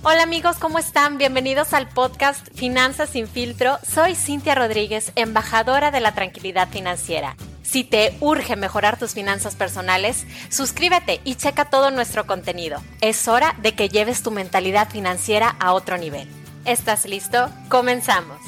Hola amigos, ¿cómo están? Bienvenidos al podcast Finanzas sin filtro. Soy Cintia Rodríguez, embajadora de la tranquilidad financiera. Si te urge mejorar tus finanzas personales, suscríbete y checa todo nuestro contenido. Es hora de que lleves tu mentalidad financiera a otro nivel. ¿Estás listo? ¡Comenzamos!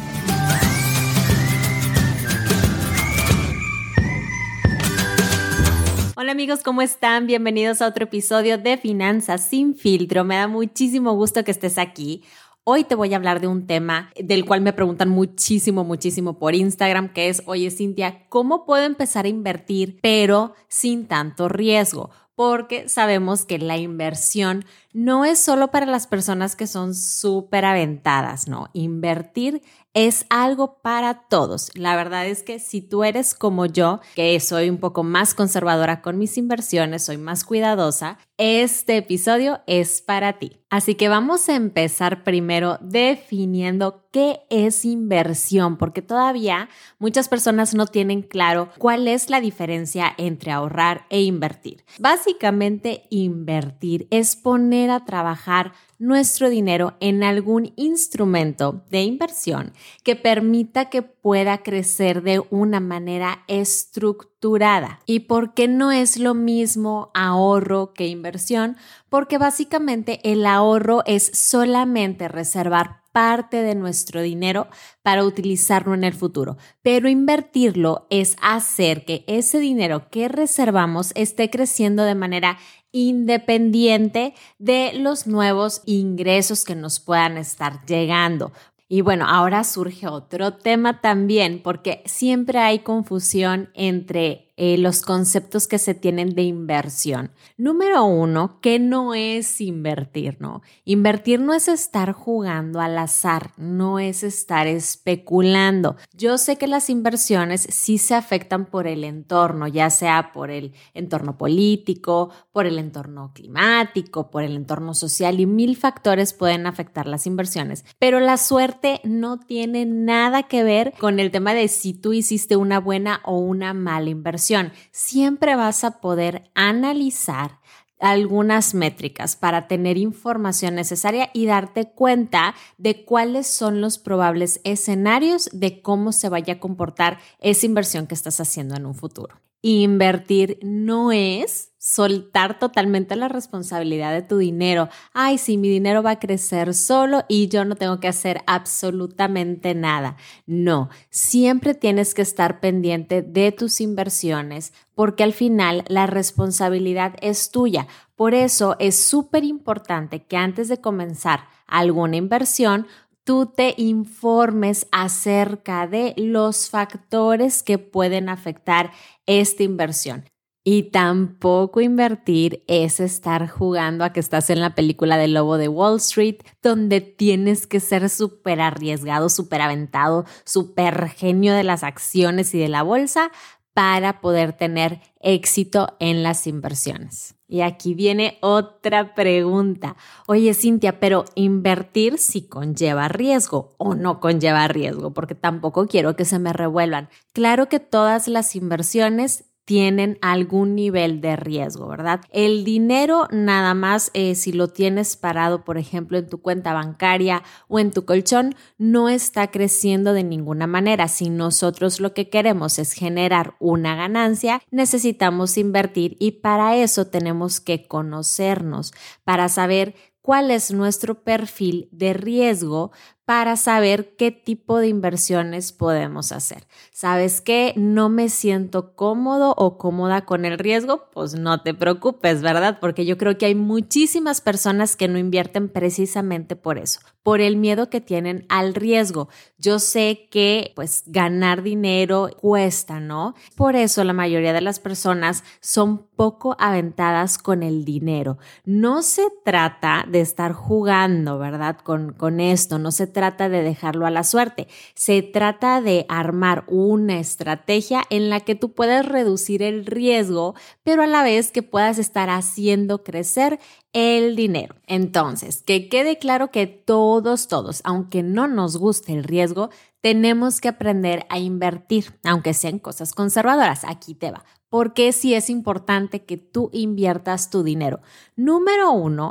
Hola amigos, ¿cómo están? Bienvenidos a otro episodio de Finanzas sin filtro. Me da muchísimo gusto que estés aquí. Hoy te voy a hablar de un tema del cual me preguntan muchísimo por Instagram, que es, oye Cintia, ¿cómo puedo empezar a invertir pero sin tanto riesgo? Porque sabemos que la inversión no es solo para las personas que son súper aventadas, ¿no? Invertir es algo para todos. La verdad es que si tú eres como yo, que soy un poco más conservadora con mis inversiones, soy más cuidadosa, este episodio es para ti. Así que vamos a empezar primero definiendo qué es inversión, porque todavía muchas personas no tienen claro cuál es la diferencia entre ahorrar e invertir. Básicamente, invertir es poner a trabajar nuestro dinero en algún instrumento de inversión que permita que pueda crecer de una manera estructurada. ¿Y por qué no es lo mismo ahorro que inversión? Porque básicamente el ahorro es solamente reservar parte de nuestro dinero para utilizarlo en el futuro, pero invertirlo es hacer que ese dinero que reservamos esté creciendo de manera independiente de los nuevos ingresos que nos puedan estar llegando. Y bueno, ahora surge otro tema también, porque siempre hay confusión entre los conceptos que se tienen de inversión. Número uno, ¿qué no es invertir, no? Invertir no es estar jugando al azar, no es estar especulando. Yo sé que las inversiones sí se afectan por el entorno, ya sea por el entorno político, por el entorno climático, por el entorno social y mil factores pueden afectar las inversiones. Pero la suerte no tiene nada que ver con el tema de si tú hiciste una buena o una mala inversión. Siempre vas a poder analizar algunas métricas para tener información necesaria y darte cuenta de cuáles son los probables escenarios de cómo se vaya a comportar esa inversión que estás haciendo en un futuro. Invertir no es soltar totalmente la responsabilidad de tu dinero. Ay, sí, mi dinero va a crecer solo y yo no tengo que hacer absolutamente nada. No, siempre tienes que estar pendiente de tus inversiones porque al final la responsabilidad es tuya. Por eso es súper importante que antes de comenzar alguna inversión, tú te informes acerca de los factores que pueden afectar esta inversión. Y tampoco invertir es estar jugando a que estás en la película del Lobo de Wall Street, donde tienes que ser súper arriesgado, súper aventado, súper genio de las acciones y de la bolsa para poder tener éxito en las inversiones. Y aquí viene otra pregunta. Oye, Cintia, pero ¿invertir sí conlleva riesgo o no conlleva riesgo? Porque tampoco quiero que se me revuelvan. Claro que todas las inversiones tienen algún nivel de riesgo, ¿verdad? El dinero nada más, si lo tienes parado, por ejemplo, en tu cuenta bancaria o en tu colchón, no está creciendo de ninguna manera. Si nosotros lo que queremos es generar una ganancia, necesitamos invertir y para eso tenemos que conocernos, para saber cuál es nuestro perfil de riesgo, para saber qué tipo de inversiones podemos hacer. ¿Sabes qué? No me siento cómodo o cómoda con el riesgo, pues no te preocupes, ¿verdad? Porque yo creo que hay muchísimas personas que no invierten precisamente por eso, por el miedo que tienen al riesgo. Yo sé que pues ganar dinero cuesta, ¿no? Por eso la mayoría de las personas son poco aventadas con el dinero. No se trata de estar jugando, ¿verdad? Con esto, no se trata de dejarlo a la suerte. Se trata de armar una estrategia en la que tú puedas reducir el riesgo, pero a la vez que puedas estar haciendo crecer el dinero. Entonces, que quede claro que todos, aunque no nos guste el riesgo, tenemos que aprender a invertir, aunque sean cosas conservadoras. Aquí te va. ¿Por qué sí es importante que tú inviertas tu dinero? Número uno,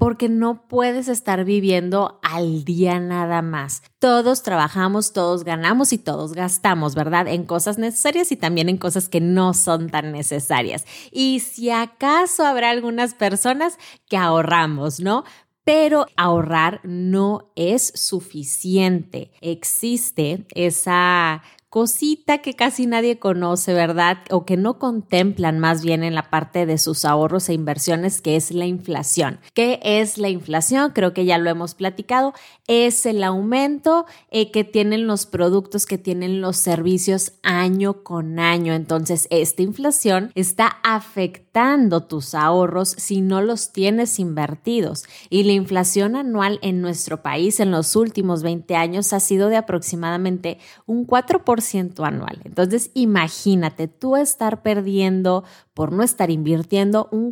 porque no puedes estar viviendo al día nada más. Todos trabajamos, todos ganamos y todos gastamos, ¿verdad? En cosas necesarias y también en cosas que no son tan necesarias. Y si acaso habrá algunas personas que ahorramos, ¿no? Pero ahorrar no es suficiente. Existe esa cosita que casi nadie conoce, ¿verdad? O que no contemplan más bien en la parte de sus ahorros e inversiones, que es la inflación. ¿Qué es la inflación? Creo que ya lo hemos platicado. Es el aumento que tienen los productos, que tienen los servicios año con año. Entonces, esta inflación está afectando tus ahorros si no los tienes invertidos. Y la inflación anual en nuestro país en los últimos 20 años ha sido de aproximadamente un 4% anual. Entonces, imagínate tú estar perdiendo por no estar invirtiendo un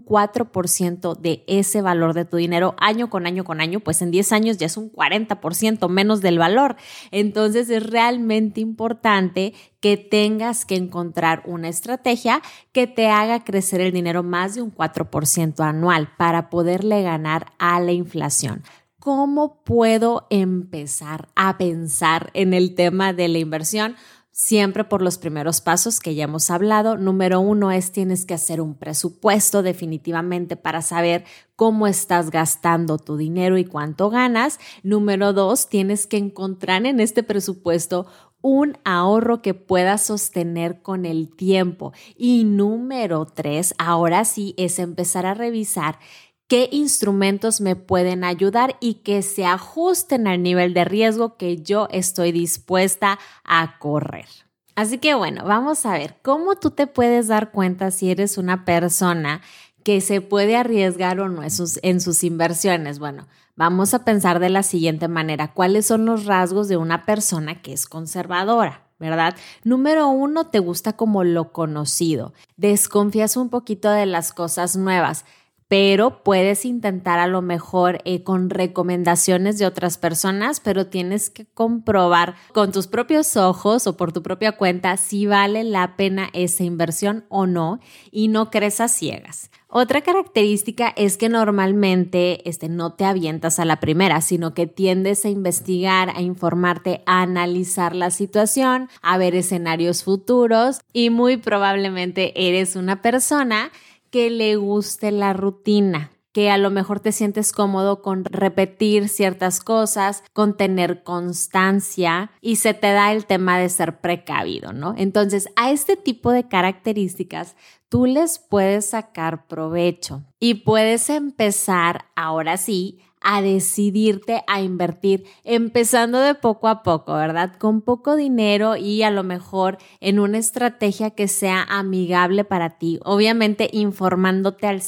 4% de ese valor de tu dinero año con año con año, pues en 10 años ya es un 40% menos del valor. Entonces, es realmente importante que tengas que encontrar una estrategia que te haga crecer el dinero más de un 4% anual para poderle ganar a la inflación. ¿Cómo puedo empezar a pensar en el tema de la inversión? Siempre por los primeros pasos que ya hemos hablado. Número 1 es tienes que hacer un presupuesto definitivamente para saber cómo estás gastando tu dinero y cuánto ganas. Número 2, tienes que encontrar en este presupuesto un ahorro que puedas sostener con el tiempo. Y número 3, ahora sí, es empezar a revisar qué instrumentos me pueden ayudar y que se ajusten al nivel de riesgo que yo estoy dispuesta a correr. Así que bueno, vamos a ver cómo tú te puedes dar cuenta si eres una persona que se puede arriesgar o no en sus inversiones. Bueno, vamos a pensar de la siguiente manera. ¿Cuáles son los rasgos de una persona que es conservadora? ¿Verdad? Número 1, te gusta como lo conocido. Desconfías un poquito de las cosas nuevas, pero puedes intentar a lo mejor con recomendaciones de otras personas, pero tienes que comprobar con tus propios ojos o por tu propia cuenta si vale la pena esa inversión o no, y no crees a ciegas. Otra característica es que normalmente no te avientas a la primera, sino que tiendes a investigar, a informarte, a analizar la situación, a ver escenarios futuros, y muy probablemente eres una persona que le guste la rutina, que a lo mejor te sientes cómodo con repetir ciertas cosas, con tener constancia, y se te da el tema de ser precavido, ¿no? Entonces, a este tipo de características tú les puedes sacar provecho y puedes empezar ahora sí a decidirte a invertir, empezando de poco a poco, ¿verdad? Con poco dinero y a lo mejor en una estrategia que sea amigable para ti. Obviamente informándote al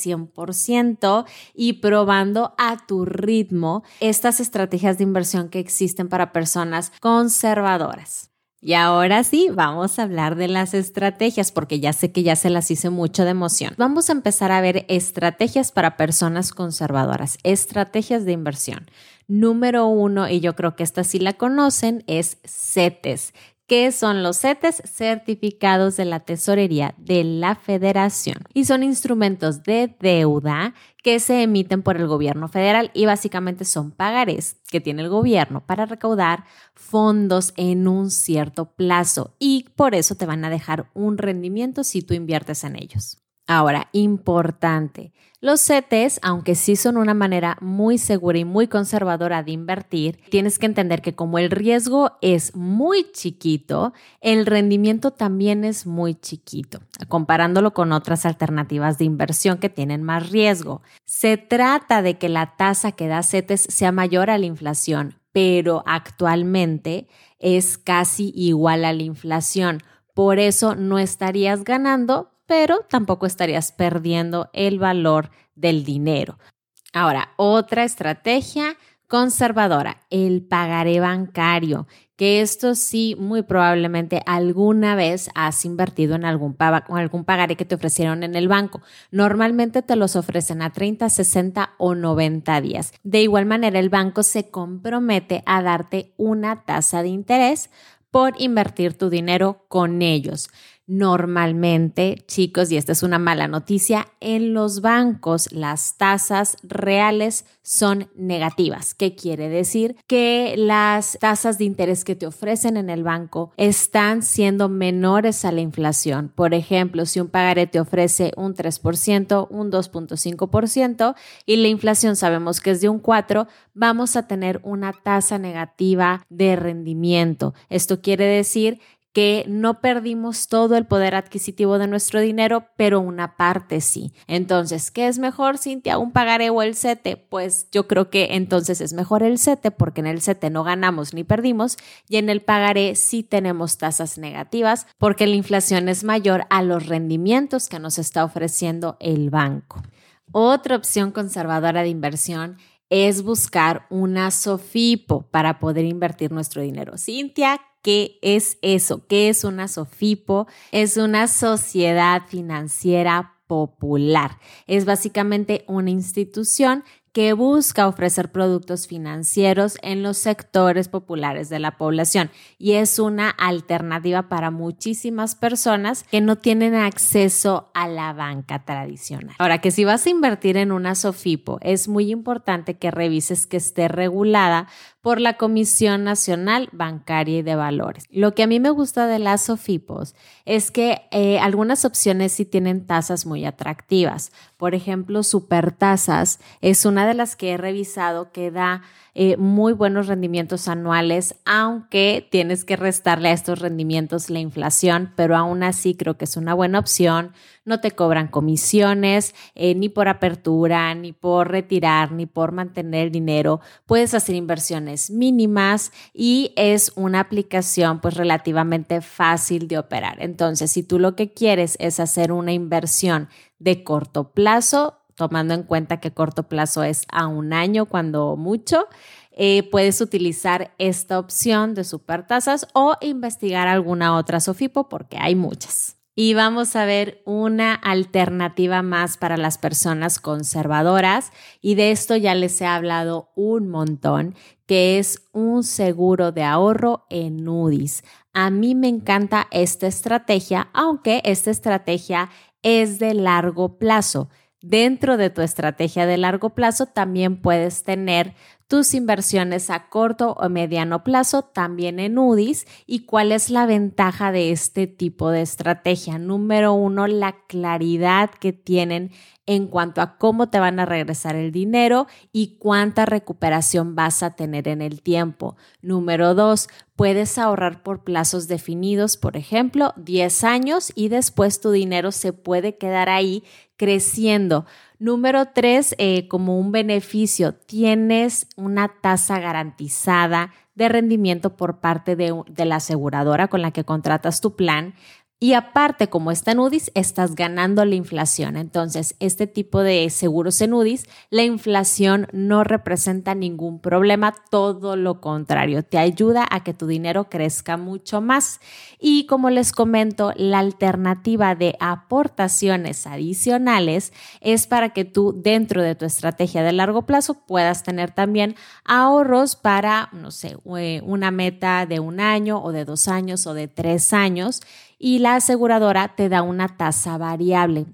100% y probando a tu ritmo estas estrategias de inversión que existen para personas conservadoras. Y ahora sí, vamos a hablar de las estrategias, porque ya sé que ya se las hice mucho de emoción. Vamos a empezar a ver estrategias para personas conservadoras, estrategias de inversión. Número 1, y yo creo que esta sí la conocen, es CETES. ¿Qué son los CETES? Certificados de la Tesorería de la Federación. Y son instrumentos de deuda que se emiten por el gobierno federal y básicamente son pagarés que tiene el gobierno para recaudar fondos en un cierto plazo, y por eso te van a dejar un rendimiento si tú inviertes en ellos. Ahora, importante, los CETES, aunque sí son una manera muy segura y muy conservadora de invertir, tienes que entender que como el riesgo es muy chiquito, el rendimiento también es muy chiquito, comparándolo con otras alternativas de inversión que tienen más riesgo. Se trata de que la tasa que da CETES sea mayor a la inflación, pero actualmente es casi igual a la inflación. Por eso no estarías ganando, pero tampoco estarías perdiendo el valor del dinero. Ahora, otra estrategia conservadora, el pagaré bancario, que esto sí muy probablemente alguna vez has invertido en algún pagaré que te ofrecieron en el banco. Normalmente te los ofrecen a 30, 60 o 90 días. De igual manera, el banco se compromete a darte una tasa de interés por invertir tu dinero con ellos. Normalmente, chicos, y esta es una mala noticia, en los bancos las tasas reales son negativas. ¿Qué quiere decir? Que las tasas de interés que te ofrecen en el banco están siendo menores a la inflación. Por ejemplo, si un pagaré te ofrece un 3%, un 2.5% y la inflación sabemos que es de un 4%, vamos a tener una tasa negativa de rendimiento. Esto quiere decir que no perdimos todo el poder adquisitivo de nuestro dinero, pero una parte sí. Entonces, ¿qué es mejor, Cintia? ¿Un pagaré o el CETE? Pues yo creo que entonces es mejor el CETE, porque en el CETE no ganamos ni perdimos y en el pagaré sí tenemos tasas negativas porque la inflación es mayor a los rendimientos que nos está ofreciendo el banco. Otra opción conservadora de inversión es buscar una SOFIPO para poder invertir nuestro dinero. Cintia, ¿qué es eso? ¿Qué es una SOFIPO? Es una sociedad financiera popular. Es básicamente una institución que busca ofrecer productos financieros en los sectores populares de la población y es una alternativa para muchísimas personas que no tienen acceso a la banca tradicional. Ahora, que si vas a invertir en una SOFIPO, es muy importante que revises que esté regulada por la Comisión Nacional Bancaria y de Valores. Lo que a mí me gusta de las SOFIPOs es que algunas opciones sí tienen tasas muy atractivas. Por ejemplo, Supertasas es una de las que he revisado que da muy buenos rendimientos anuales, aunque tienes que restarle a estos rendimientos la inflación, pero aún así creo que es una buena opción. No te cobran comisiones ni por apertura, ni por retirar, ni por mantener el dinero. Puedes hacer inversiones mínimas y es una aplicación pues relativamente fácil de operar. Entonces, si tú lo que quieres es hacer una inversión de corto plazo, tomando en cuenta que corto plazo es a un año cuando mucho, puedes utilizar esta opción de Supertasas o investigar alguna otra SOFIPO porque hay muchas. Y vamos a ver una alternativa más para las personas conservadoras y de esto ya les he hablado un montón, que es un seguro de ahorro en UDIs. A mí me encanta esta estrategia, aunque esta estrategia es de largo plazo. Dentro de tu estrategia de largo plazo también puedes tener tus inversiones a corto o mediano plazo también en UDIs. ¿Y cuál es la ventaja de este tipo de estrategia? Número 1, la claridad que tienen en cuanto a cómo te van a regresar el dinero y cuánta recuperación vas a tener en el tiempo. Número 2, puedes ahorrar por plazos definidos, por ejemplo, 10 años y después tu dinero se puede quedar ahí creciendo. Número 3, como un beneficio, tienes una tasa garantizada de rendimiento por parte de la aseguradora con la que contratas tu plan. Y aparte, como está en UDIs, estás ganando la inflación. Entonces, este tipo de seguros en UDIs, la inflación no representa ningún problema, todo lo contrario, te ayuda a que tu dinero crezca mucho más. Y como les comento, la alternativa de aportaciones adicionales es para que tú, dentro de tu estrategia de largo plazo, puedas tener también ahorros para, no sé, una meta de 1 año o de 2 años o de 3 años. Y la aseguradora te da una tasa variable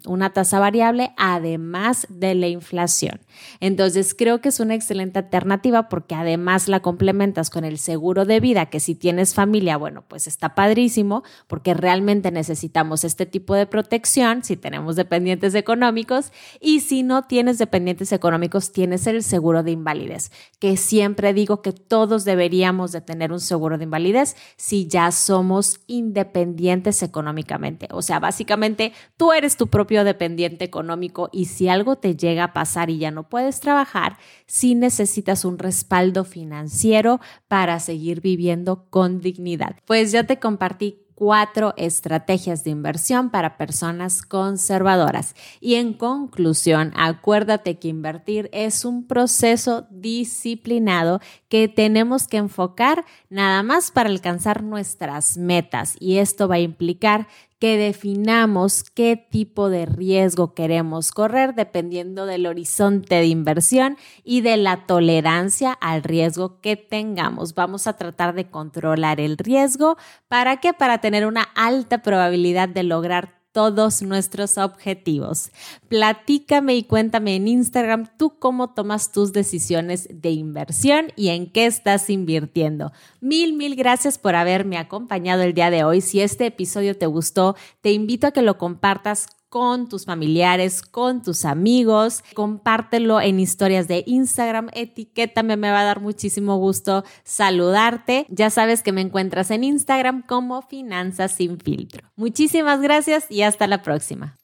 además de la inflación. Entonces creo que es una excelente alternativa porque además la complementas con el seguro de vida, que si tienes familia, bueno, pues está padrísimo porque realmente necesitamos este tipo de protección si tenemos dependientes económicos y si no tienes dependientes económicos, tienes el seguro de invalidez, que siempre digo que todos deberíamos de tener un seguro de invalidez si ya somos independientes económicamente. O sea, básicamente tú eres tu propio dependiente económico y si algo te llega a pasar y ya no puedes trabajar, sí necesitas un respaldo financiero para seguir viviendo con dignidad. Pues ya te compartí 4 estrategias de inversión para personas conservadoras. Y en conclusión, acuérdate que invertir es un proceso disciplinado que tenemos que enfocar nada más para alcanzar nuestras metas. Y esto va a implicar que definamos qué tipo de riesgo queremos correr dependiendo del horizonte de inversión y de la tolerancia al riesgo que tengamos. Vamos a tratar de controlar el riesgo. ¿Para qué? Para tener una alta probabilidad de lograr todos nuestros objetivos. Platícame y cuéntame en Instagram tú cómo tomas tus decisiones de inversión y en qué estás invirtiendo. Mil gracias por haberme acompañado el día de hoy. Si este episodio te gustó, te invito a que lo compartas con tus familiares, con tus amigos. Compártelo en historias de Instagram, etiquétame, me va a dar muchísimo gusto saludarte. Ya sabes que me encuentras en Instagram como Finanzas Sin Filtro. Muchísimas gracias y hasta la próxima.